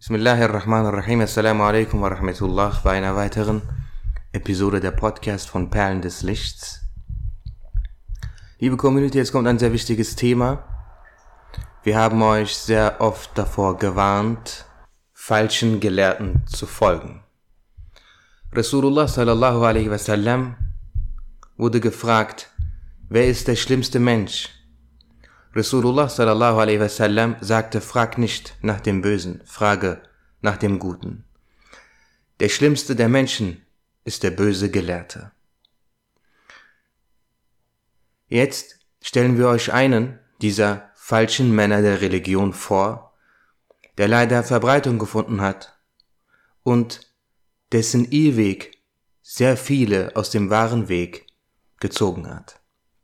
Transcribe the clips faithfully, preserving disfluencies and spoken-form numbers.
Bismillahirrahmanirrahim. Assalamu alaikum wa rahmatullah bei einer weiteren Episode der Podcast von Perlen des Lichts. Liebe Community, jetzt kommt ein sehr wichtiges Thema. Wir haben euch sehr oft davor gewarnt, falschen Gelehrten zu folgen. Rasulullah sallallahu alaihi wasallam wurde gefragt, wer ist der schlimmste Mensch? Rasulullah sallallahu alaihi wasallam sagte, frag nicht nach dem Bösen, frage nach dem Guten. Der schlimmste der Menschen ist der böse Gelehrte. Jetzt stellen wir euch einen dieser falschen Männer der Religion vor, der leider Verbreitung gefunden hat und dessen Irrweg sehr viele aus dem wahren Weg gezogen hat.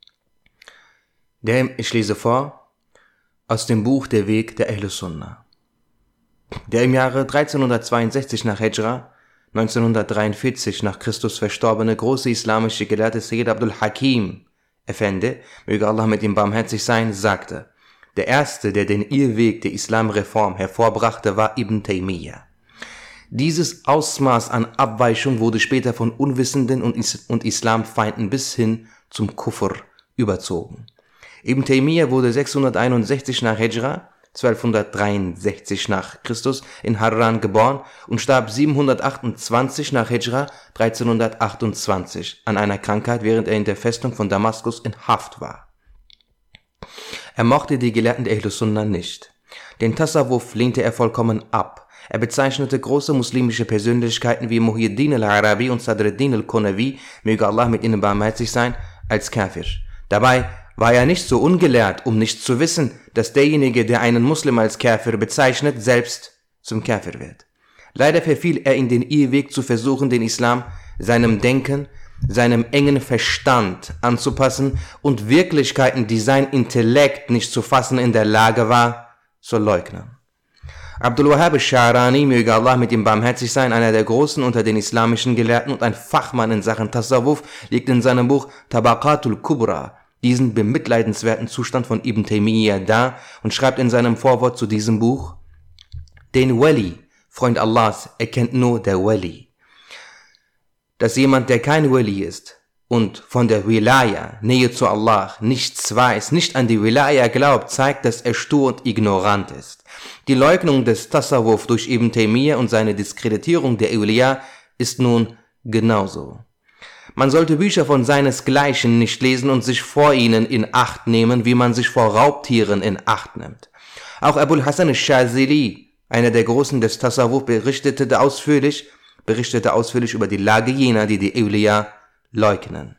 Der, ich lese vor, aus dem Buch Der Weg der Ahl Sunnah. Der im Jahre dreizehnhundertzweiundsechzig nach Hijra, neunzehnhundertdreiundvierzig nach Christus verstorbene große islamische Gelehrte Sayyid Abdul Hakim Effendi, möge Allah mit ihm barmherzig sein, sagte, der erste, der den Irrweg der Islamreform hervorbrachte, war Ibn Taymiyyah. Dieses Ausmaß an Abweichung wurde später von Unwissenden und, Is- und Islamfeinden bis hin zum Kufr überzogen. Ibn Taymiyyah wurde sechshunderteinundsechzig nach Hijra, zwölfhundertdreiundsechzig nach Christus in Harran geboren und starb siebenhundertachtundzwanzig nach Hijra, dreizehnhundertachtundzwanzig an einer Krankheit, während er in der Festung von Damaskus in Haft war. Er mochte die Gelehrten der Ahl Sunnah nicht. Den Tasawwuf lehnte er vollkommen ab. Er bezeichnete große muslimische Persönlichkeiten wie Muhyiddin al-Arabi und Sadruddin al-Qunawi, möge Allah mit ihnen barmherzig sein, als Kafir. Dabei war er nicht so ungelehrt, um nicht zu wissen, dass derjenige, der einen Muslim als Kafir bezeichnet, selbst zum Kafir wird. Leider verfiel er in den Irrweg zu versuchen, den Islam seinem Denken, seinem engen Verstand anzupassen und Wirklichkeiten, die sein Intellekt nicht zu fassen in der Lage war, zu leugnen. Abdul Wahhab al-Sha'rani, möge Allah mit ihm barmherzig sein, einer der Großen unter den islamischen Gelehrten und ein Fachmann in Sachen Tasawwuf, legt in seinem Buch Tabaqatul Kubra diesen bemitleidenswerten Zustand von Ibn Taymiyyah dar und schreibt in seinem Vorwort zu diesem Buch, den Wali, Freund Allahs, erkennt nur der Wali. Dass jemand, der kein Wali ist und von der Wilaya, Nähe zu Allah, nichts weiß, nicht an die Wilaya glaubt, zeigt, dass er stur und ignorant ist. Die Leugnung des Tasawwuf durch Ibn Taymiyyah und seine Diskreditierung der Awliya ist nun genauso. Man sollte Bücher von seinesgleichen nicht lesen und sich vor ihnen in Acht nehmen, wie man sich vor Raubtieren in Acht nimmt. Auch Abul Hasan al-Shazili, einer der Großen des Tasawwuf, berichtete ausführlich, berichtete ausführlich über die Lage jener, die die Awliya leugnen.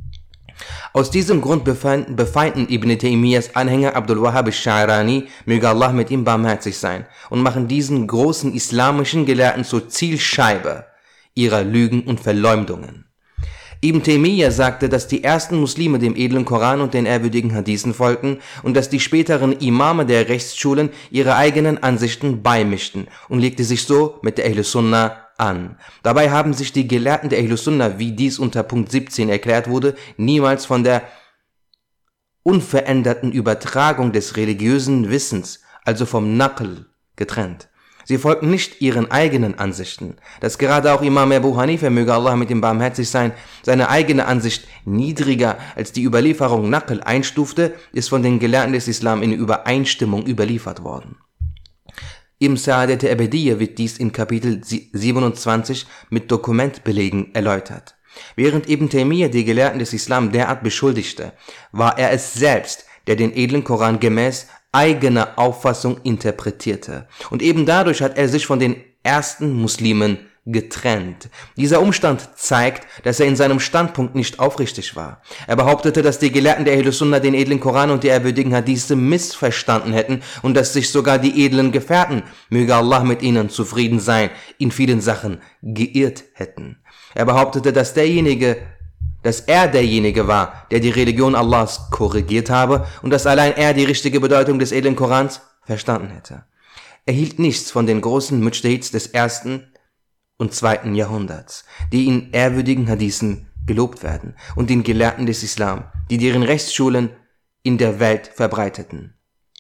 Aus diesem Grund befeinden, befeinden Ibn Taymiyyahs Anhänger Abdul Wahhab al-Sha'rani, möge Allah mit ihm barmherzig sein, und machen diesen großen islamischen Gelehrten zur Zielscheibe ihrer Lügen und Verleumdungen. Ibn Taymiyyah sagte, dass die ersten Muslime dem edlen Koran und den ehrwürdigen Hadithen folgten und dass die späteren Imame der Rechtsschulen ihre eigenen Ansichten beimischten und legte sich so mit der Ahl Sunnah an. Dabei haben sich die Gelehrten der Ahl Sunnah, wie dies unter Punkt siebzehn erklärt wurde, niemals von der unveränderten Übertragung des religiösen Wissens, also vom Naql, getrennt. Sie folgten nicht ihren eigenen Ansichten. Dass gerade auch Imam Abu Hanifa, möge Allah mit ihm barmherzig sein, seine eigene Ansicht niedriger als die Überlieferung Naql einstufte, ist von den Gelehrten des Islam in Übereinstimmung überliefert worden. Im Sa'adat al-Abadiyya wird dies in Kapitel siebenundzwanzig mit Dokumentbelegen erläutert. Während Ibn Taymiyyah die Gelehrten des Islam derart beschuldigte, war er es selbst, der den edlen Koran gemäß eigene Auffassung interpretierte. Und eben dadurch hat er sich von den ersten Muslimen getrennt. Dieser Umstand zeigt, dass er in seinem Standpunkt nicht aufrichtig war. Er behauptete, dass die Gelehrten der Ahl Sunnah den edlen Koran und die ehrwürdigen Hadithe missverstanden hätten und dass sich sogar die edlen Gefährten, möge Allah mit ihnen zufrieden sein, in vielen Sachen geirrt hätten. Er behauptete, dass derjenige dass er derjenige war, der die Religion Allahs korrigiert habe und dass allein er die richtige Bedeutung des edlen Korans verstanden hätte. Er hielt nichts von den großen Mujtahids des ersten und zweiten Jahrhunderts, die in ehrwürdigen Hadithen gelobt werden, und den Gelehrten des Islam, die deren Rechtsschulen in der Welt verbreiteten.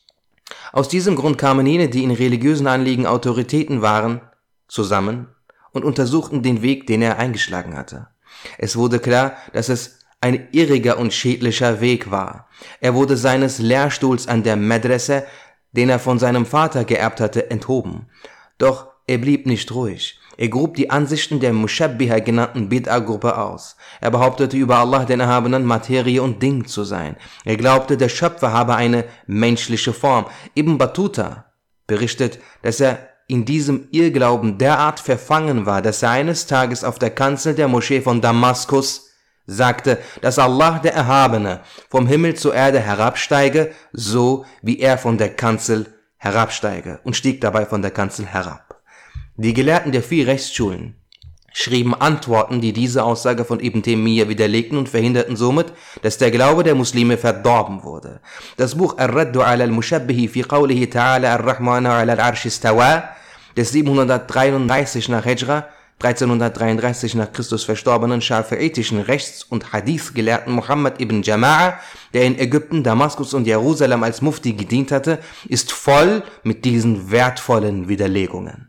Aus diesem Grund kamen jene, die in religiösen Anliegen Autoritäten waren, zusammen und untersuchten den Weg, den er eingeschlagen hatte. Es wurde klar, dass es ein irriger und schädlicher Weg war. Er wurde seines Lehrstuhls an der Madrasa, den er von seinem Vater geerbt hatte, enthoben. Doch er blieb nicht ruhig. Er grub die Ansichten der Mushabbiha genannten Bid'a-Gruppe aus. Er behauptete über Allah den Erhabenen, Materie und Ding zu sein. Er glaubte, der Schöpfer habe eine menschliche Form. Ibn Battuta berichtet, dass er in diesem Irrglauben derart verfangen war, dass er eines Tages auf der Kanzel der Moschee von Damaskus sagte, dass Allah der Erhabene vom Himmel zur Erde herabsteige, so wie er von der Kanzel herabsteige, und stieg dabei von der Kanzel herab. Die Gelehrten der vier Rechtsschulen schrieben Antworten, die diese Aussage von Ibn Taymiyyah widerlegten und verhinderten somit, dass der Glaube der Muslime verdorben wurde. Das Buch Ar-Raddu ala al-Mushabbihi fi qawlihi ta'ala ar-Rahmanu ala al-Arsh istawa des siebenhundertdreiunddreißig nach Hijra, dreizehnhundertdreiunddreißig nach Christus verstorbenen schafi'itischen Rechts- und Hadith-Gelehrten Muhammad ibn Jama'a, der in Ägypten, Damaskus und Jerusalem als Mufti gedient hatte, ist voll mit diesen wertvollen Widerlegungen.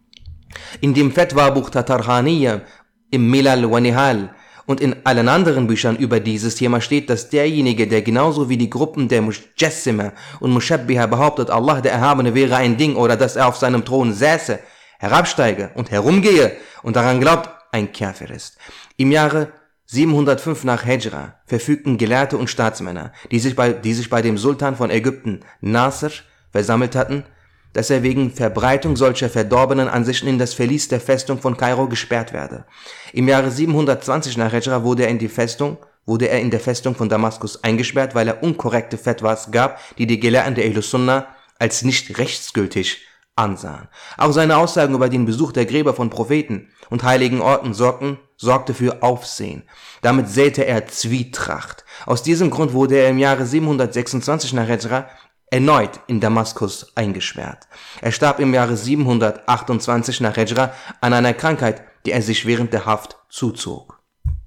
In dem Fatwa-Buch Tatarhaniyya, im Milal wa Nihal und in allen anderen Büchern über dieses Thema steht, dass derjenige, der genauso wie die Gruppen der Mujassima und Mushabbiha behauptet, Allah der Erhabene wäre ein Ding oder dass er auf seinem Thron säße, herabsteige und herumgehe und daran glaubt, ein Kafir ist. Im Jahre siebenhundertfünf nach Hijra verfügten Gelehrte und Staatsmänner, die sich bei, die sich bei dem Sultan von Ägypten, Nasr, versammelt hatten, dass er wegen Verbreitung solcher verdorbenen Ansichten in das Verlies der Festung von Kairo gesperrt werde. Im Jahre siebenhundertzwanzig nach Hijra wurde er in die Festung, wurde er in der Festung von Damaskus eingesperrt, weil er unkorrekte Fatwas gab, die die Gelehrten der Ahlus Sunnah als nicht rechtsgültig ansahen. Auch seine Aussagen über den Besuch der Gräber von Propheten und heiligen Orten sorgten, sorgte für Aufsehen. Damit säte er Zwietracht. Aus diesem Grund wurde er im Jahre siebenhundertsechsundzwanzig nach Hijra erneut in Damaskus eingesperrt. Er starb im Jahre siebenhundertachtundzwanzig nach Hijra an einer Krankheit, die er sich während der Haft zuzog.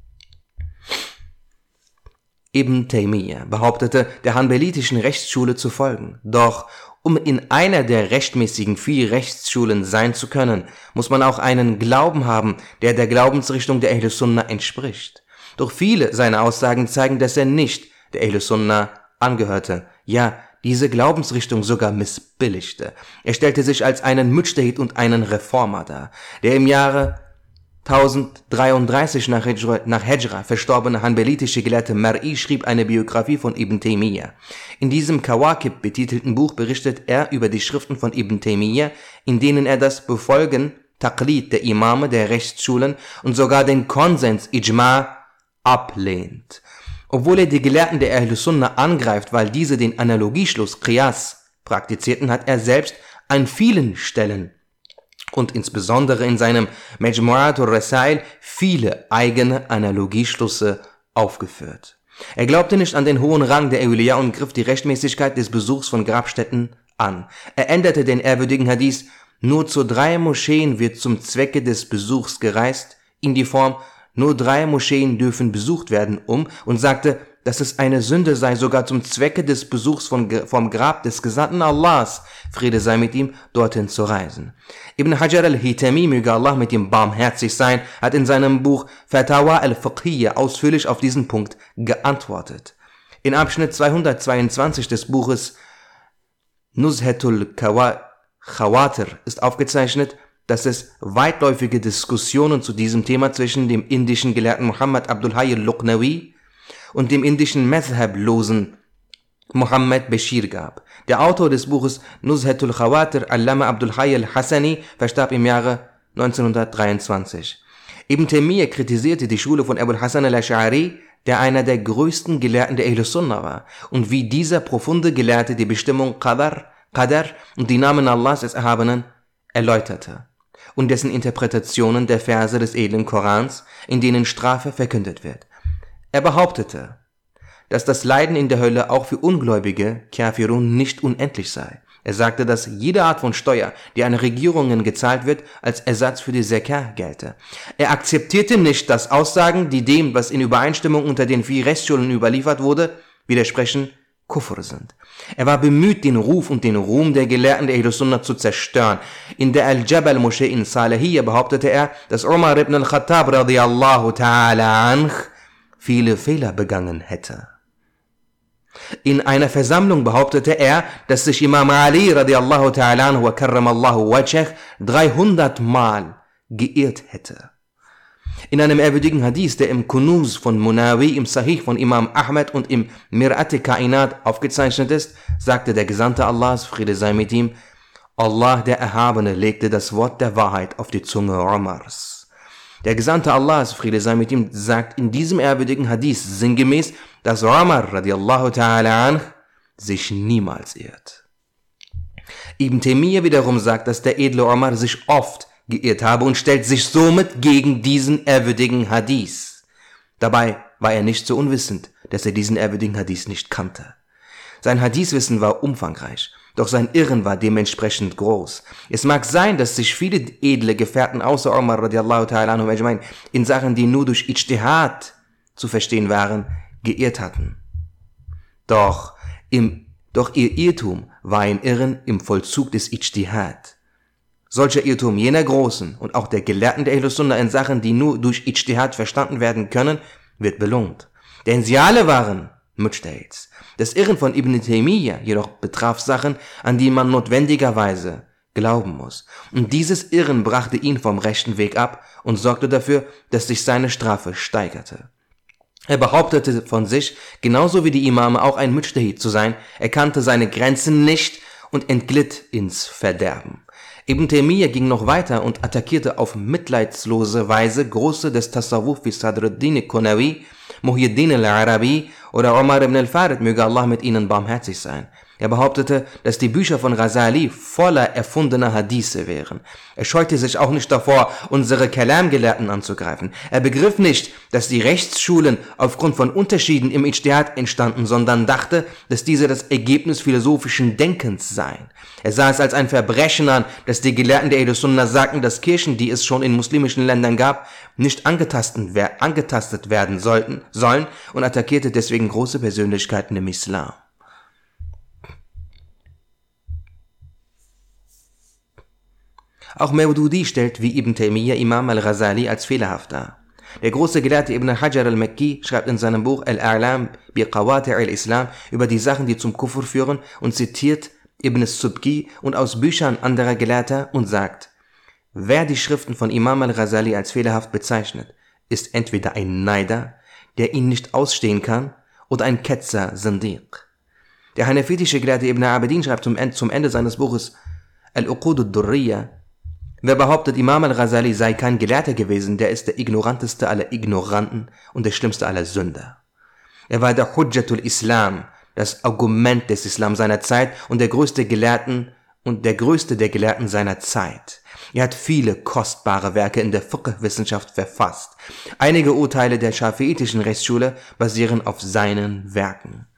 Ibn Taymiyyah behauptete, der hanbalitischen Rechtsschule zu folgen. Doch um in einer der rechtmäßigen vier Rechtsschulen sein zu können, muss man auch einen Glauben haben, der der Glaubensrichtung der Ahlus Sunnah entspricht. Doch viele seiner Aussagen zeigen, dass er nicht der Ahlus Sunnah angehörte, ja, diese Glaubensrichtung sogar missbilligte. Er stellte sich als einen Mujtahid und einen Reformer dar. Der im Jahre tausenddreiunddreißig nach Hijra, nach Hijra verstorbene hanbalitische Gelehrte Mar'i schrieb eine Biografie von Ibn Taymiyyah. In diesem Kawakib betitelten Buch berichtet er über die Schriften von Ibn Taymiyyah, in denen er das Befolgen, Taqlid der Imame der Rechtsschulen und sogar den Konsens, Ijma', ablehnt. Obwohl er die Gelehrten der Ahlus Sunnah angreift, weil diese den Analogieschluss Qiyas praktizierten, hat er selbst an vielen Stellen und insbesondere in seinem Majmu'at al-Rasail viele eigene Analogieschlüsse aufgeführt. Er glaubte nicht an den hohen Rang der Awliya und griff die Rechtmäßigkeit des Besuchs von Grabstätten an. Er änderte den ehrwürdigen Hadith, nur zu drei Moscheen wird zum Zwecke des Besuchs gereist, in die Form, nur drei Moscheen dürfen besucht werden, um, und sagte, dass es eine Sünde sei, sogar zum Zwecke des Besuchs von, vom Grab des Gesandten Allahs, Friede sei mit ihm, dorthin zu reisen. Ibn Hajar al-Hitami, möge Allah mit ihm barmherzig sein, hat in seinem Buch Fatawa al-Fiqhiyya ausführlich auf diesen Punkt geantwortet. In Abschnitt zweihundertzweiundzwanzig des Buches Nuzhatul Khawatir ist aufgezeichnet, dass es weitläufige Diskussionen zu diesem Thema zwischen dem indischen Gelehrten Muhammad Abdul Hayy al-Luqnawi und dem indischen Madhhab-losen Muhammad Bashir gab. Der Autor des Buches Nuzhatul Khawatir, Allama Abdul Hayy al-Hassani, verstarb im Jahre neunzehnhundertdreiundzwanzig. Ibn Taymiyyah kritisierte die Schule von Abu al-Hasan al-Ash'ari, der einer der größten Gelehrten der Ahlus Sunnah war, und wie dieser profunde Gelehrte die Bestimmung Qadar, Qadar und die Namen Allahs des Erhabenen erläuterte und dessen Interpretationen der Verse des edlen Korans, in denen Strafe verkündet wird. Er behauptete, dass das Leiden in der Hölle auch für Ungläubige, Kafirun, nicht unendlich sei. Er sagte, dass jede Art von Steuer, die an Regierungen gezahlt wird, als Ersatz für die Zakah gelte. Er akzeptierte nicht, dass Aussagen, die dem, was in Übereinstimmung unter den vier Rechtsschulen überliefert wurde, widersprechen Kufr sind. Er war bemüht, den Ruf und den Ruhm der Gelehrten der Ahlus Sunnah zu zerstören. In der Al-Jabal-Moschee in Salahiyya behauptete er, dass Umar ibn al-Khattab radiyallahu ta'ala anh viele Fehler begangen hätte. In einer Versammlung behauptete er, dass sich Imam Ali radiyallahu ta'ala anh wa karramallahu wajhah dreihundert Mal geirrt hätte. In einem ehrwürdigen Hadith, der im Kunuz von Munawi, im Sahih von Imam Ahmed und im Mir'at Kainat aufgezeichnet ist, sagte der Gesandte Allahs, Friede sei mit ihm, Allah der Erhabene legte das Wort der Wahrheit auf die Zunge Umars. Der Gesandte Allahs, Friede sei mit ihm, sagt in diesem ehrwürdigen Hadith sinngemäß, dass Umar radiallahu ta'ala anh sich niemals irrt. Ibn Taymiyyah wiederum sagt, dass der edle Umar sich oft geirrt habe und stellt sich somit gegen diesen ehrwürdigen Hadith. Dabei war er nicht so unwissend, dass er diesen ehrwürdigen Hadith nicht kannte. Sein Hadithwissen war umfangreich, doch sein Irren war dementsprechend groß. Es mag sein, dass sich viele edle Gefährten außer Umar radiallahu ta'ala anhu in Sachen, die nur durch Ijtihad zu verstehen waren, geirrt hatten. Doch, im, doch ihr Irrtum war ein Irren im Vollzug des Ijtihad. Solcher Irrtum jener Großen und auch der Gelehrten der Ahlus Sunnah in Sachen, die nur durch Ijtihad verstanden werden können, wird belohnt. Denn sie alle waren Mujtahids. Das Irren von Ibn Taymiyyah jedoch betraf Sachen, an die man notwendigerweise glauben muss. Und dieses Irren brachte ihn vom rechten Weg ab und sorgte dafür, dass sich seine Strafe steigerte. Er behauptete von sich, genauso wie die Imame auch ein Mujtahid zu sein, erkannte seine Grenzen nicht und entglitt ins Verderben. Ibn Taymiyyah ging noch weiter und attackierte auf mitleidslose Weise Große des Tasawwuf wie Sadr ad-Din Qunawi, Muhyiddin al-Arabi oder Umar ibn al-Farid, möge Allah mit ihnen barmherzig sein. Er behauptete, dass die Bücher von Ghazali voller erfundener Hadithe wären. Er scheute sich auch nicht davor, unsere Kalam-Gelehrten anzugreifen. Er begriff nicht, dass die Rechtsschulen aufgrund von Unterschieden im Ijtihad entstanden, sondern dachte, dass diese das Ergebnis philosophischen Denkens seien. Er sah es als ein Verbrechen an, dass die Gelehrten der Ahlus Sunnah sagten, dass Kirchen, die es schon in muslimischen Ländern gab, nicht angetastet, angetastet werden sollten, sollen und attackierte deswegen große Persönlichkeiten im Islam. Auch Maududi stellt wie Ibn Taymiyyah Imam al-Ghazali als fehlerhaft dar. Der große Gelehrte Ibn Hajar al-Makki schreibt in seinem Buch Al-A'lam bi Qawati' al-Islam über die Sachen, die zum Kufr führen und zitiert Ibn Subki und aus Büchern anderer Gelehrter und sagt, wer die Schriften von Imam al-Ghazali als fehlerhaft bezeichnet, ist entweder ein Neider, der ihn nicht ausstehen kann, oder ein Ketzer Zindiq. Der hanafitische Gelehrte Ibn Abidin schreibt zum Ende, zum Ende seines Buches Al-Uqud ad-Durriya, wer behauptet, Imam al-Ghazali sei kein Gelehrter gewesen, der ist der ignoranteste aller Ignoranten und der schlimmste aller Sünder. Er war der Hujjatul Islam, das Argument des Islam seiner Zeit und der größte Gelehrten und der größte der Gelehrten seiner Zeit. Er hat viele kostbare Werke in der Fiqh-Wissenschaft verfasst. Einige Urteile der schafiitischen Rechtsschule basieren auf seinen Werken.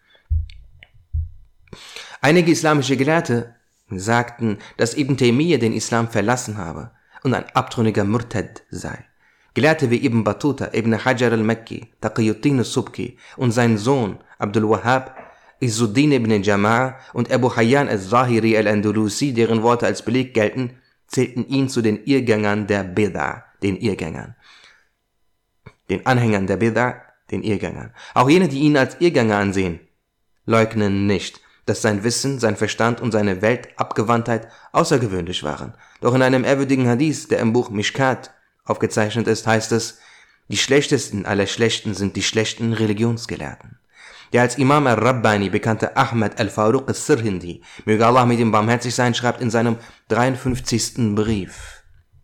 Einige islamische Gelehrte sagten, dass Ibn Taymiyyah den Islam verlassen habe und ein abtrünniger Murtad sei. Gelehrte wie Ibn Battuta, Ibn Hajar al-Makki, Taqiyuddin al-Subki und sein Sohn Abdul Wahhab, Izzuddin ibn Jama'a und Abu Hayyan al-Zahiri al-Andalusi, deren Worte als Beleg gelten, zählten ihn zu den Irrgängern der Bid'a, den Irrgängern. Den Anhängern der Bid'a, den Irrgängern. Auch jene, die ihn als Irrgänger ansehen, leugnen nicht, dass sein Wissen, sein Verstand und seine Weltabgewandtheit außergewöhnlich waren. Doch in einem ehrwürdigen Hadith, der im Buch Mishkat aufgezeichnet ist, heißt es, die schlechtesten aller Schlechten sind die schlechten Religionsgelehrten. Der als Imam al-Rabbani bekannte Ahmad al-Faruq al-Sirhindi, möge Allah mit ihm barmherzig sein, schreibt in seinem dreiundfünfzigsten Brief: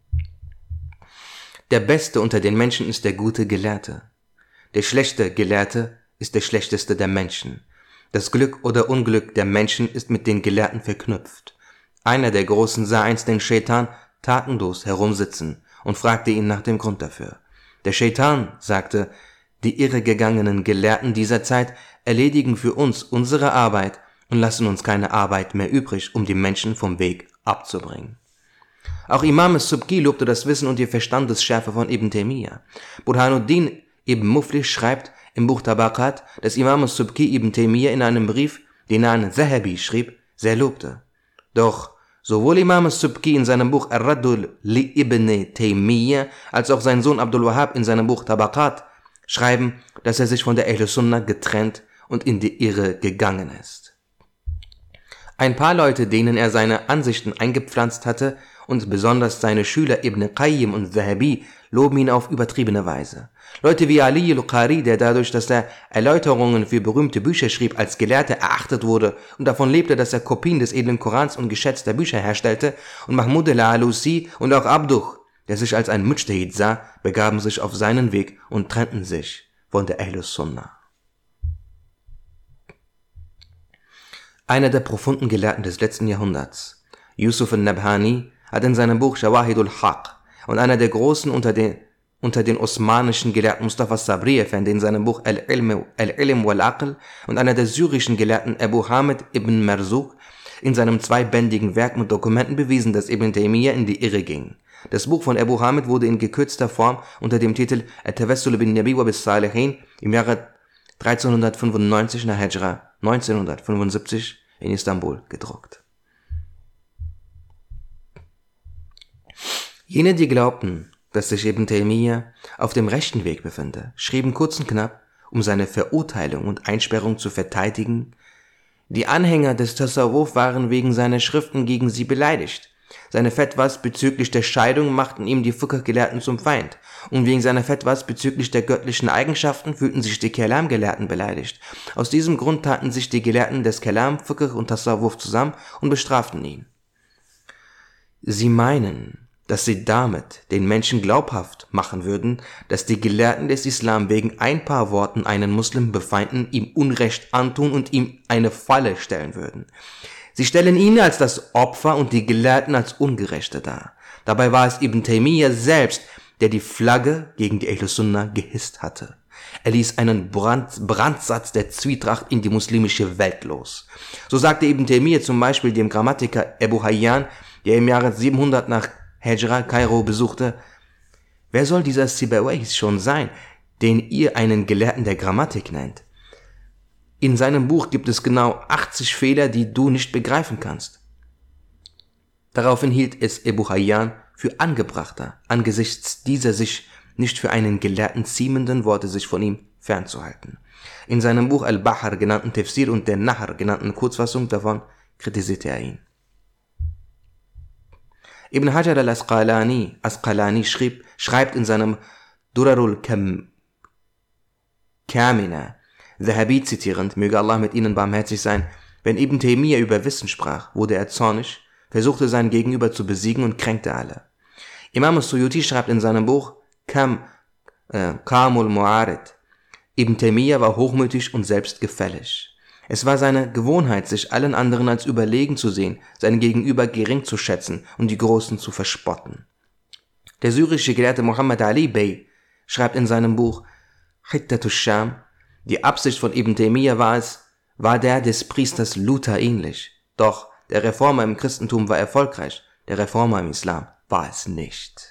Der Beste unter den Menschen ist der gute Gelehrte. Der schlechte Gelehrte ist der schlechteste der Menschen. Das Glück oder Unglück der Menschen ist mit den Gelehrten verknüpft. Einer der Großen sah einst den Schaitan tatenlos herumsitzen und fragte ihn nach dem Grund dafür. Der Schaitan sagte, die irregegangenen Gelehrten dieser Zeit erledigen für uns unsere Arbeit und lassen uns keine Arbeit mehr übrig, um die Menschen vom Weg abzubringen. Auch Imam al-Subki lobte das Wissen und die Verstandesschärfe von Ibn Taymiyyah. Burhanuddin ibn Muflih schreibt im Buch Tabaqat, dass Imam al-Subki Ibn Taymiyyah in einem Brief den nahen Zahabi schrieb, sehr lobte. Doch sowohl Imam as-Subki in seinem Buch Ar-Raddul li Ibn Taymiyyah als auch sein Sohn Abdul Wahhab in seinem Buch Tabaqat schreiben, dass er sich von der Ahl Sunnah getrennt und in die Irre gegangen ist. Ein paar Leute, denen er seine Ansichten eingepflanzt hatte, und besonders seine Schüler Ibn Qayyim und Zahabi, loben ihn auf übertriebene Weise. Leute wie Ali al-Qari, der dadurch, dass er Erläuterungen für berühmte Bücher schrieb, als Gelehrter erachtet wurde und davon lebte, dass er Kopien des edlen Korans und geschätzter Bücher herstellte, und Mahmud al-Alusi und auch Abduh, der sich als ein Mujtahid sah, begaben sich auf seinen Weg und trennten sich von der Ahl Sunnah. Einer der profunden Gelehrten des letzten Jahrhunderts, Yusuf al-Nabhani, hat in seinem Buch Shawahidul Haq, und einer der Großen unter den, unter den osmanischen Gelehrten Mustafa Sabri Effendi in seinem Buch Al-Ilm Al-Ilm wal-Aql und einer der syrischen Gelehrten Abu Hamid ibn Marzuq in seinem zweibändigen Werk mit Dokumenten bewiesen, dass Ibn Taymiyyah in die Irre ging. Das Buch von Abu Hamid wurde in gekürzter Form unter dem Titel At-Tawassul bin Nabi wa bis Salihin im Jahre dreizehnhundertfünfundneunzig nach Hijra neunzehnhundertfünfundsiebzig in Istanbul gedruckt. Jene, die glaubten, dass sich Ibn Taymiyyah auf dem rechten Weg befinde, schrieben kurz und knapp, um seine Verurteilung und Einsperrung zu verteidigen: Die Anhänger des Tasawwuf waren wegen seiner Schriften gegen sie beleidigt. Seine Fetwas bezüglich der Scheidung machten ihm die Fiqh-Gelehrten zum Feind, und wegen seiner Fetwas bezüglich der göttlichen Eigenschaften fühlten sich die Kalam-Gelehrten beleidigt. Aus diesem Grund taten sich die Gelehrten des Kalam, Fiqh und Tasawwuf zusammen und bestraften ihn. Sie meinen, dass sie damit den Menschen glaubhaft machen würden, dass die Gelehrten des Islam wegen ein paar Worten einen Muslim befeinden, ihm Unrecht antun und ihm eine Falle stellen würden. Sie stellen ihn als das Opfer und die Gelehrten als Ungerechte dar. Dabei war es Ibn Taymiyyah selbst, der die Flagge gegen die Ahl Sunnah gehisst hatte. Er ließ einen Brand, Brandsatz der Zwietracht in die muslimische Welt los. So sagte Ibn Taymiyyah zum Beispiel dem Grammatiker Abu Hayyan, der im Jahre siebenhundert nach Hijra Kairo besuchte: Wer soll dieser Sibawayh schon sein, den ihr einen Gelehrten der Grammatik nennt? In seinem Buch gibt es genau achtzig Fehler, die du nicht begreifen kannst. Daraufhin hielt es Abu Hayyan für angebrachter, angesichts dieser sich nicht für einen Gelehrten ziemenden Worte sich von ihm fernzuhalten. In seinem Buch Al-Bahr genannten Tafsir und der Nahr genannten Kurzfassung davon kritisierte er ihn. Ibn Hajar al-Asqalani Asqalani schrieb, schreibt in seinem Durarul Kamina, Zahabi zitierend, möge Allah mit ihnen barmherzig sein: Wenn Ibn Taymiyyah über Wissen sprach, wurde er zornig, versuchte sein Gegenüber zu besiegen und kränkte alle. Imam as-Suyuti schreibt in seinem Buch Kam äh, Kamul Mu'arid: Ibn Taymiyyah war hochmütig und selbstgefällig. Es war seine Gewohnheit, sich allen anderen als überlegen zu sehen, seinen Gegenüber gering zu schätzen und die Großen zu verspotten. Der syrische Gelehrte Muhammad Ali Bey schreibt in seinem Buch Hittatus Sham: Die Absicht von Ibn Taymiyyah war es, war der des Priesters Luther ähnlich. Doch der Reformer im Christentum war erfolgreich, der Reformer im Islam war es nicht.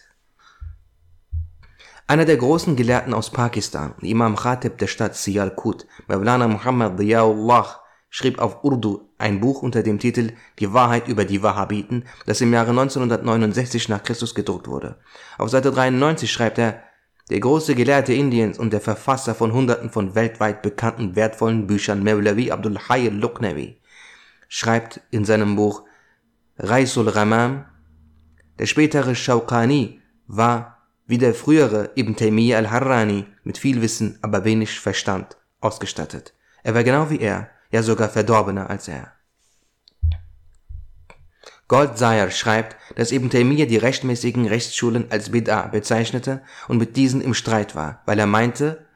Einer der großen Gelehrten aus Pakistan, Imam Khatib der Stadt Sialkot, Mawlana Muhammad Ziaullah, schrieb auf Urdu ein Buch unter dem Titel Die Wahrheit über die Wahhabiten, das im Jahre neunzehnhundertneunundsechzig nach Christus gedruckt wurde. Auf Seite dreiundneunzig schreibt er: Der große Gelehrte Indiens und der Verfasser von hunderten von weltweit bekannten wertvollen Büchern, Mawlavi Abdul Hayy al-Luqnawi, schreibt in seinem Buch Raisul Ramam: Der spätere Shawqani war wie der frühere Ibn Taymiyyah al-Harrani mit viel Wissen, aber wenig Verstand ausgestattet. Er war genau wie er, ja sogar verdorbener als er. Goldziher schreibt, dass Ibn Taymiyyah die rechtmäßigen Rechtsschulen als Bid'a bezeichnete und mit diesen im Streit war, weil er meinte,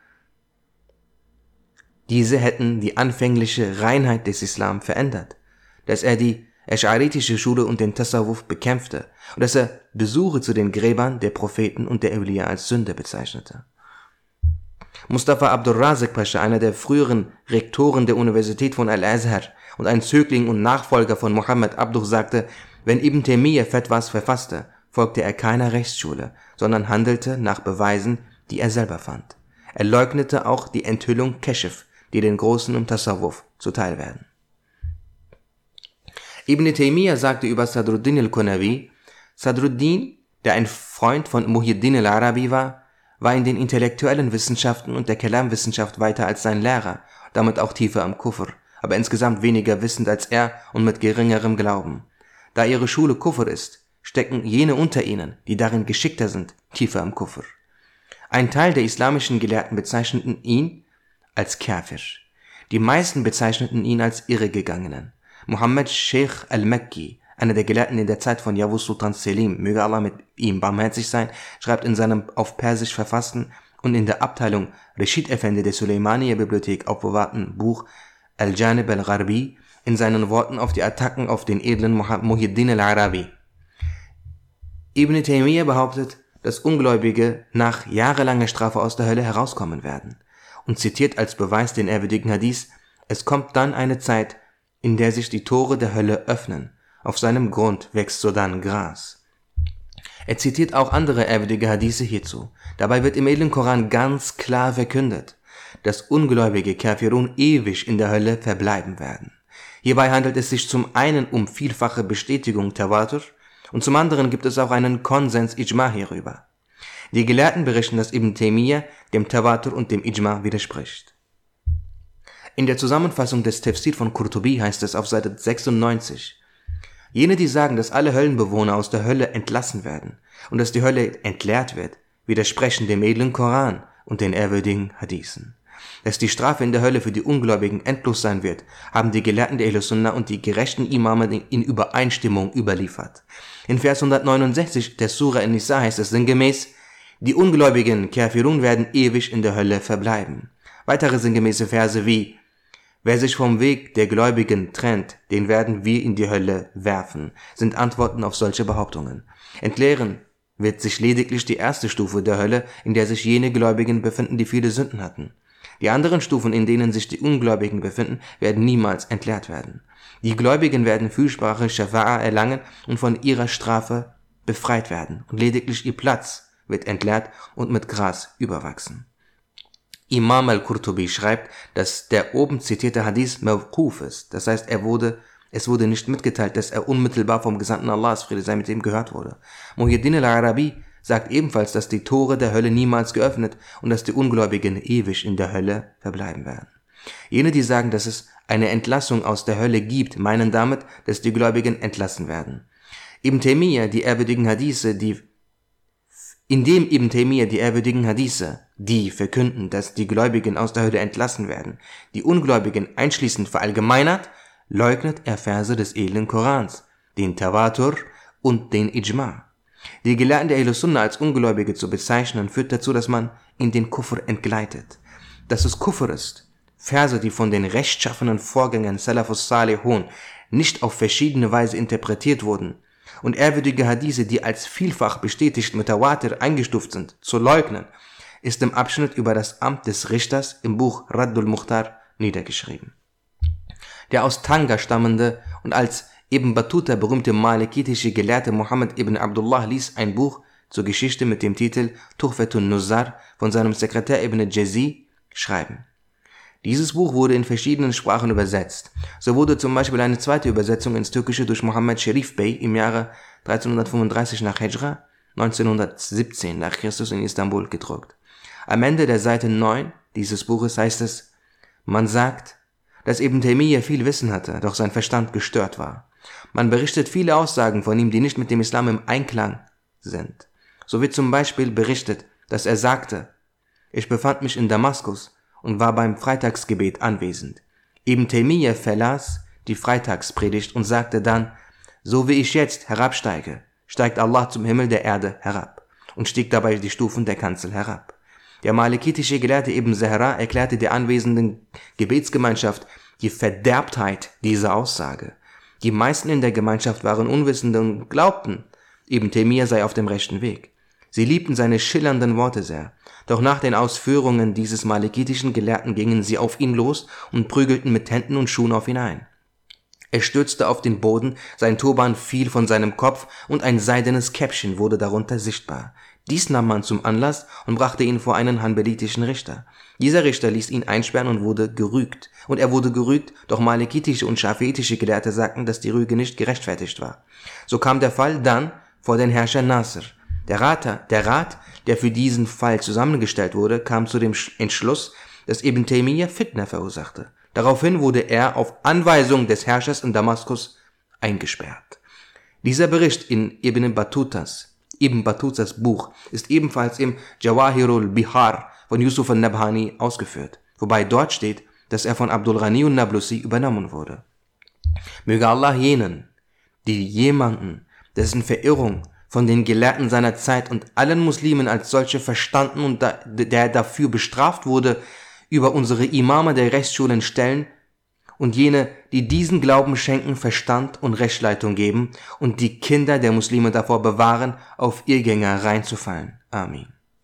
diese hätten die anfängliche Reinheit des Islam verändert, dass er die Asch'aritische Schule und den Tasawwuf bekämpfte und dass er Besuche zu den Gräbern der Propheten und der Awliya als Sünde bezeichnete. Mustafa Abdur Razik Pascha, einer der früheren Rektoren der Universität von Al-Azhar und ein Zögling und Nachfolger von Muhammad Abduh, sagte, wenn Ibn Taymiyyah Fetwas verfasste, folgte er keiner Rechtsschule, sondern handelte nach Beweisen, die er selber fand. Er leugnete auch die Enthüllung Keschef, die den Großen im Tasawwuf zuteil werden. Ibn Taymiyyah sagte über Sadruddin al-Kunawi: Sadruddin, der ein Freund von Muhyiddin al-Arabi war, war in den intellektuellen Wissenschaften und der Kalam-Wissenschaft weiter als sein Lehrer, damit auch tiefer am Kufr, aber insgesamt weniger wissend als er und mit geringerem Glauben. Da ihre Schule Kufr ist, stecken jene unter ihnen, die darin geschickter sind, tiefer am Kufr. Ein Teil der islamischen Gelehrten bezeichneten ihn als Kafir. Die meisten bezeichneten ihn als Irregegangenen. Muhammad Sheikh al-Makki, einer der Gelehrten in der Zeit von Yavuz Sultan Selim, möge Allah mit ihm barmherzig sein, schreibt in seinem auf Persisch verfassten und in der Abteilung Rashid Effendi der Suleimaniya-Bibliothek aufbewahrten Buch Al-Janib al-Gharbi in seinen Worten auf die Attacken auf den edlen Muhyiddin al-Arabi: Ibn Taymiyyah behauptet, dass Ungläubige nach jahrelanger Strafe aus der Hölle herauskommen werden und zitiert als Beweis den ehrwürdigen Hadith: Es kommt dann eine Zeit, in der sich die Tore der Hölle öffnen. Auf seinem Grund wächst sodann Gras. Er zitiert auch andere ehrwürdige Hadithe hierzu. Dabei wird im edlen Koran ganz klar verkündet, dass ungläubige Kafirun ewig in der Hölle verbleiben werden. Hierbei handelt es sich zum einen um vielfache Bestätigung Tawatur und zum anderen gibt es auch einen Konsens Ijma hierüber. Die Gelehrten berichten, dass Ibn Taymiyyah dem Tawatur und dem Ijma widerspricht. In der Zusammenfassung des Tafsir von Qurtubi heißt es auf Seite sechsundneunzig: Jene, die sagen, dass alle Höllenbewohner aus der Hölle entlassen werden und dass die Hölle entleert wird, widersprechen dem edlen Koran und den ehrwürdigen Hadithen. Dass die Strafe in der Hölle für die Ungläubigen endlos sein wird, haben die Gelehrten der Ahl Sunnah und die gerechten Imame in Übereinstimmung überliefert. In Vers hundertneunundsechzig der Sura An-Nisa heißt es sinngemäß: Die ungläubigen Kafirun werden ewig in der Hölle verbleiben. Weitere sinngemäße Verse wie: Wer sich vom Weg der Gläubigen trennt, den werden wir in die Hölle werfen, sind Antworten auf solche Behauptungen. Entleeren wird sich lediglich die erste Stufe der Hölle, in der sich jene Gläubigen befinden, die viele Sünden hatten. Die anderen Stufen, in denen sich die Ungläubigen befinden, werden niemals entleert werden. Die Gläubigen werden Fürsprache Shafa'a erlangen und von ihrer Strafe befreit werden, und lediglich ihr Platz wird entleert und mit Gras überwachsen. Imam al-Qurtubi schreibt, dass der oben zitierte Hadith Mawquf ist, das heißt, er wurde, es wurde nicht mitgeteilt, dass er unmittelbar vom Gesandten Allahs, Friede sei mit ihm, gehört wurde. Muhyiddin al-Arabi sagt ebenfalls, dass die Tore der Hölle niemals geöffnet und dass die Ungläubigen ewig in der Hölle verbleiben werden. Jene, die sagen, dass es eine Entlassung aus der Hölle gibt, meinen damit, dass die Gläubigen entlassen werden. Ibn Taymiyyah, die ehrwürdigen Hadithe, die Indem Ibn Taymiyyah die ehrwürdigen Hadithe, die verkünden, dass die Gläubigen aus der Hölle entlassen werden, die Ungläubigen einschließend verallgemeinert, leugnet er Verse des edlen Korans, den Tawatur und den Ijma. Die Gelehrten der Ahl Sunnah als Ungläubige zu bezeichnen, führt dazu, dass man in den Kufr entgleitet. Dass es Kufr ist, Verse, die von den rechtschaffenen Vorgängern Salafus Salihun nicht auf verschiedene Weise interpretiert wurden, und ehrwürdige Hadithe, die als vielfach bestätigt Mutawatir eingestuft sind, zu leugnen, ist im Abschnitt über das Amt des Richters im Buch Raddul Mukhtar niedergeschrieben. Der aus Tanga stammende und als Ibn Battuta berühmte malikitische Gelehrte Muhammad ibn Abdullah ließ ein Buch zur Geschichte mit dem Titel Tuhfatun Nuzzar von seinem Sekretär Ibn Jazi schreiben. Dieses Buch wurde in verschiedenen Sprachen übersetzt. So wurde zum Beispiel eine zweite Übersetzung ins Türkische durch Muhammad Sherif Bey im Jahre dreizehnhundertfünfunddreißig nach Hijra, neunzehnhundertsiebzehn nach Christus in Istanbul gedruckt. Am Ende der Seite neun dieses Buches heißt es: Man sagt, dass Ibn Taymiyyah viel Wissen hatte, doch sein Verstand gestört war. Man berichtet viele Aussagen von ihm, die nicht mit dem Islam im Einklang sind. So wird zum Beispiel berichtet, dass er sagte: Ich befand mich in Damaskus und war beim Freitagsgebet anwesend. Ibn Taymiyyah verlas die Freitagspredigt und sagte dann: So wie ich jetzt herabsteige, steigt Allah zum Himmel der Erde herab, und stieg dabei die Stufen der Kanzel herab. Der malikitische Gelehrte Ibn Zahra erklärte der anwesenden Gebetsgemeinschaft die Verderbtheit dieser Aussage. Die meisten in der Gemeinschaft waren Unwissende und glaubten, Ibn Taymiyyah sei auf dem rechten Weg. Sie liebten seine schillernden Worte sehr. Doch nach den Ausführungen dieses malikitischen Gelehrten gingen sie auf ihn los und prügelten mit Händen und Schuhen auf ihn ein. Er stürzte auf den Boden, sein Turban fiel von seinem Kopf und ein seidenes Käppchen wurde darunter sichtbar. Dies nahm man zum Anlass und brachte ihn vor einen hanbelitischen Richter. Dieser Richter ließ ihn einsperren und wurde gerügt. Und er wurde gerügt, doch malikitische und schafiitische Gelehrte sagten, dass die Rüge nicht gerechtfertigt war. So kam der Fall dann vor den Herrscher Nasr. Der Rat, der Rat, der für diesen Fall zusammengestellt wurde, kam zu dem Entschluss, dass Ibn Taymiyyah Fitna verursachte. Daraufhin wurde er auf Anweisung des Herrschers in Damaskus eingesperrt. Dieser Bericht in Ibn Battutas Ibn Battutas Buch ist ebenfalls im Jawahirul Bihar von Yusuf al-Nabhani ausgeführt, wobei dort steht, dass er von Abdul Ghani al-Nablusi übernommen wurde. Möge Allah jenen, die jemanden, dessen Verirrung von den Gelehrten seiner Zeit und allen Muslimen als solche verstanden und da, der dafür bestraft wurde, über unsere Imame der Rechtsschulen stellen, und jene, die diesen Glauben schenken, Verstand und Rechtsleitung geben und die Kinder der Muslime davor bewahren, auf Irrgänger reinzufallen. Amin.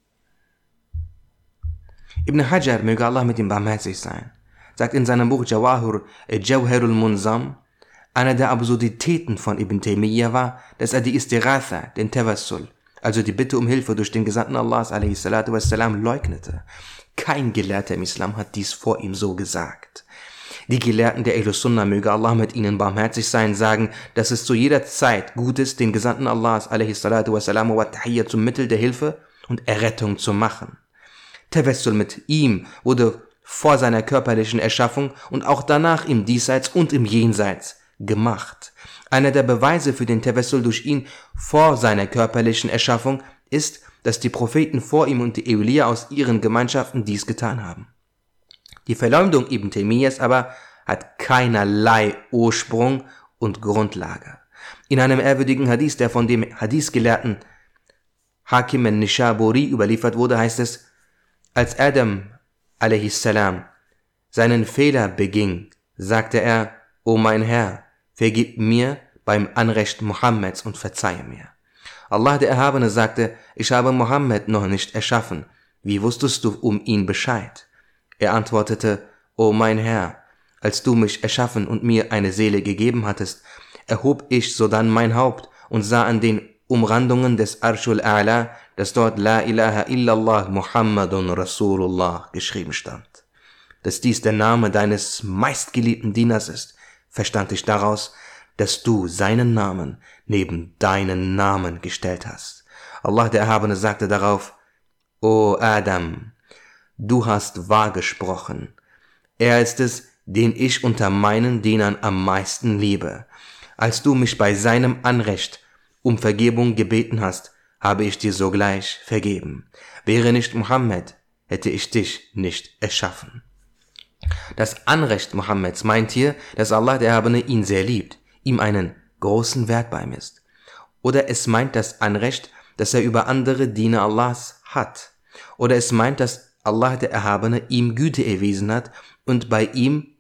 Ibn Hajar, möge Allah mit ihm barmherzig sein, sagt in seinem Buch Jawahir al-Jawharul Munzam, einer der Absurditäten von Ibn Taymiyyah war, dass er die Istighatha, den Tawassul, also die Bitte um Hilfe durch den Gesandten Allahs alaihi salatu wassalam, leugnete. Kein Gelehrter im Islam hat dies vor ihm so gesagt. Die Gelehrten der Ahlus Sunnah, möge Allah mit ihnen barmherzig sein, sagen, dass es zu jeder Zeit gut ist, den Gesandten Allahs alaihi salatu wassalam wa tahiyya zum Mittel der Hilfe und Errettung zu machen. Tawassul mit ihm wurde vor seiner körperlichen Erschaffung und auch danach im Diesseits und im Jenseits gemacht. Einer der Beweise für den Tawassul durch ihn vor seiner körperlichen Erschaffung ist, dass die Propheten vor ihm und die Awliya aus ihren Gemeinschaften dies getan haben. Die Verleumdung Ibn Taymiyyahs aber hat keinerlei Ursprung und Grundlage. In einem ehrwürdigen Hadith, der von dem Hadith-Gelehrten Hakim al-Nishaburi überliefert wurde, heißt es, als Adam alaihi salam seinen Fehler beging, sagte er, O mein Herr, vergib mir beim Anrecht Mohammeds und verzeihe mir. Allah der Erhabene sagte, ich habe Mohammed noch nicht erschaffen. Wie wusstest du um ihn Bescheid? Er antwortete, O mein Herr, als du mich erschaffen und mir eine Seele gegeben hattest, erhob ich sodann mein Haupt und sah an den Umrandungen des Arshul A'la, dass dort La ilaha illallah Muhammadun Rasulullah geschrieben stand. Dass dies der Name deines meistgeliebten Dieners ist, verstand ich daraus, dass du seinen Namen neben deinen Namen gestellt hast. Allah der Erhabene sagte darauf, O Adam, du hast wahr gesprochen. Er ist es, den ich unter meinen Dienern am meisten liebe. Als du mich bei seinem Anrecht um Vergebung gebeten hast, habe ich dir sogleich vergeben. Wäre nicht Mohammed, hätte ich dich nicht erschaffen. Das Anrecht Mohammeds meint hier, dass Allah der Erhabene ihn sehr liebt, ihm einen großen Wert beimisst. Oder es meint das Anrecht, dass er über andere Diener Allahs hat. Oder es meint, dass Allah der Erhabene ihm Güte erwiesen hat und bei ihm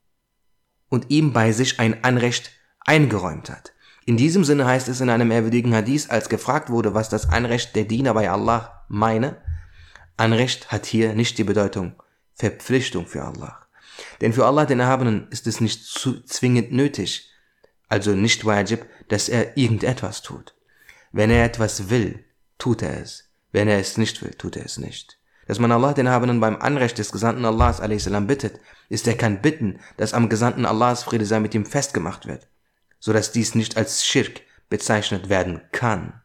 und ihm bei sich ein Anrecht eingeräumt hat. In diesem Sinne heißt es in einem ehrwürdigen Hadith, als gefragt wurde, was das Anrecht der Diener bei Allah meine, Anrecht hat hier nicht die Bedeutung Verpflichtung für Allah. Denn für Allah den Erhabenen ist es nicht zu zwingend nötig, also nicht wajib, dass er irgendetwas tut. Wenn er etwas will, tut er es. Wenn er es nicht will, tut er es nicht. Dass man Allah den Erhabenen beim Anrecht des Gesandten Allahs alaihi salam bittet, ist er kein Bitten, das am Gesandten Allahs Friede sei mit ihm festgemacht wird, so dass dies nicht als Schirk bezeichnet werden kann.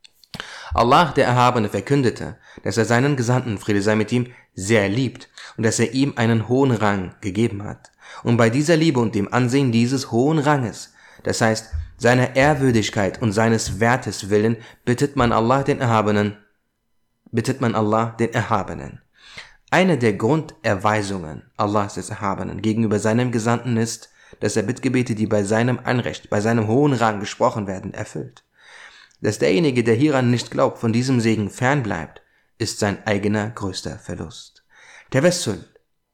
Allah der Erhabene verkündete, dass er seinen Gesandten Friede sei mit ihm sehr liebt und dass er ihm einen hohen Rang gegeben hat. Und bei dieser Liebe und dem Ansehen dieses hohen Ranges, das heißt seiner Ehrwürdigkeit und seines Wertes willen, bittet man Allah den Erhabenen, bittet man Allah den Erhabenen. Eine der Grunderweisungen Allahs des Erhabenen gegenüber seinem Gesandten ist, dass er Bittgebete, die bei seinem Anrecht, bei seinem hohen Rang gesprochen werden, erfüllt. Dass derjenige, der hieran nicht glaubt, von diesem Segen fernbleibt, ist sein eigener größter Verlust. Tawassul.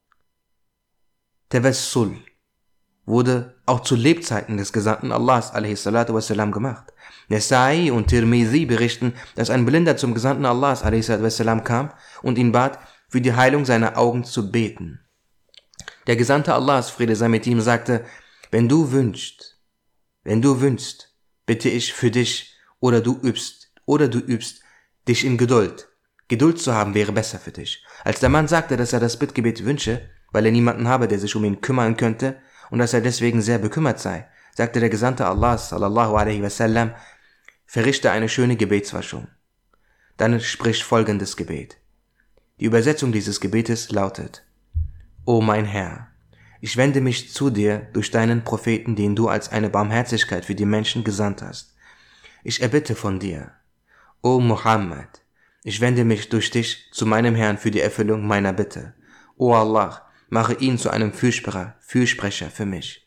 Tawassul wurde auch zu Lebzeiten des Gesandten Allahs alaihi salatu wassalam gemacht. Nasa'i und Tirmidhi berichten, dass ein Blinder zum Gesandten Allahs alaihi salatu wassalam kam und ihn bat, für die Heilung seiner Augen zu beten. Der Gesandte Allahs, Friede sei mit ihm, sagte, wenn du wünschst, wenn du wünschst, bitte ich für dich, oder du übst, oder du übst dich in Geduld. Geduld zu haben wäre besser für dich. Als der Mann sagte, dass er das Bittgebet wünsche, weil er niemanden habe, der sich um ihn kümmern könnte, und dass er deswegen sehr bekümmert sei, sagte der Gesandte Allah, sallallahu alaihi wasallam, verrichte eine schöne Gebetswaschung. Dann sprich folgendes Gebet. Die Übersetzung dieses Gebetes lautet: O mein Herr, ich wende mich zu dir durch deinen Propheten, den du als eine Barmherzigkeit für die Menschen gesandt hast. Ich erbitte von dir, O Muhammad, ich wende mich durch dich zu meinem Herrn für die Erfüllung meiner Bitte. O Allah, mache ihn zu einem Fürsprecher, Fürsprecher für mich.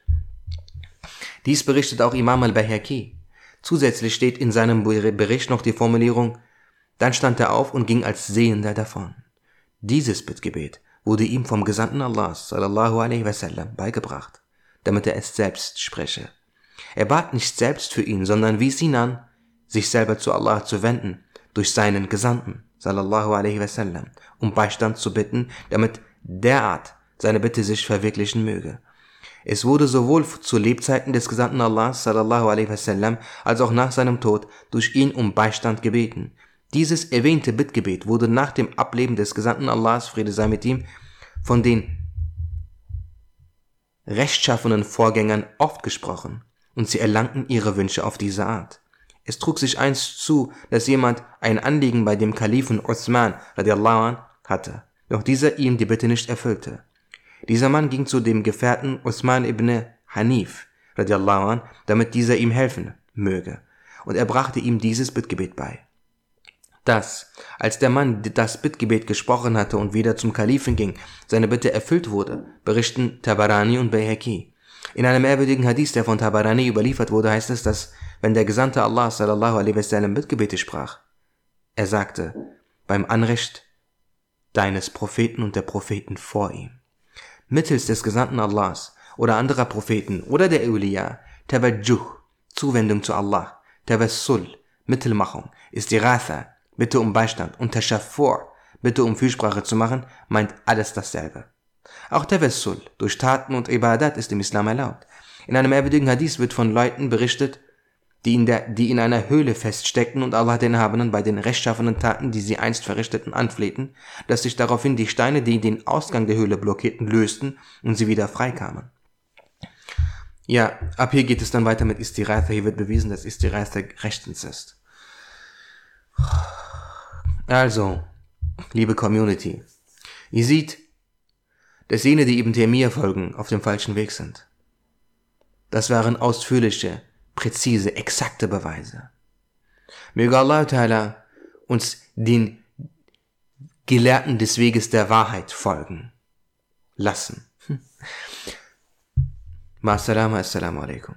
Dies berichtet auch Imam al-Bayhaqi. Zusätzlich steht in seinem Bericht noch die Formulierung: Dann stand er auf und ging als Sehender davon. Dieses Bittgebet wurde ihm vom Gesandten Allah, sallallahu alaihi wasallam, beigebracht, damit er es selbst spreche. Er bat nicht selbst für ihn, sondern wies ihn an, sich selber zu Allah zu wenden, durch seinen Gesandten, sallallahu alaihi wasallam, um Beistand zu bitten, damit derart seine Bitte sich verwirklichen möge. Es wurde sowohl zu Lebzeiten des Gesandten Allah, sallallahu alaihi wasallam, als auch nach seinem Tod durch ihn um Beistand gebeten. Dieses erwähnte Bittgebet wurde nach dem Ableben des Gesandten Allahs, Friede sei mit ihm, von den rechtschaffenen Vorgängern oft gesprochen, und sie erlangten ihre Wünsche auf diese Art. Es trug sich einst zu, dass jemand ein Anliegen bei dem Kalifen Uthman radiallahu anh hatte, doch dieser ihm die Bitte nicht erfüllte. Dieser Mann ging zu dem Gefährten Uthman ibn Hanif radiallahu anh, damit dieser ihm helfen möge, und er brachte ihm dieses Bittgebet bei. Dass, als der Mann das Bittgebet gesprochen hatte und wieder zum Kalifen ging, seine Bitte erfüllt wurde, berichten Tabarani und Bayhaqi. In einem ehrwürdigen Hadith, der von Tabarani überliefert wurde, heißt es, dass, wenn der Gesandte Allah sallallahu alaihi wasallam Bittgebete sprach, er sagte, beim Anrecht deines Propheten und der Propheten vor ihm, mittels des Gesandten Allahs oder anderer Propheten oder der Awliya, Tawajjuh, Zuwendung zu Allah, Tawassul, Mittelmachung, Istighatha, Bitte um Beistand, und Tashaffu', Bitte um Fürsprache zu machen, meint alles dasselbe. Auch Tawassul durch Taten und Ibadat ist im Islam erlaubt. In einem ehrwürdigen Hadith wird von Leuten berichtet, die in, der, die in einer Höhle feststeckten und Allah den Erhabenen bei den rechtschaffenen Taten, die sie einst verrichteten, anflehten, dass sich daraufhin die Steine, die den Ausgang der Höhle blockierten, lösten und sie wieder freikamen. Ja, ab hier geht es dann weiter mit Istighatha. Hier wird bewiesen, dass Istighatha rechtens ist. Also, liebe Community, ihr seht, dass jene, die Ibn Taymiyyah folgen, auf dem falschen Weg sind. Das waren ausführliche, präzise, exakte Beweise. Möge Allah Ta'ala uns den Gelehrten des Weges der Wahrheit folgen lassen. Ma salama, assalamu alaikum.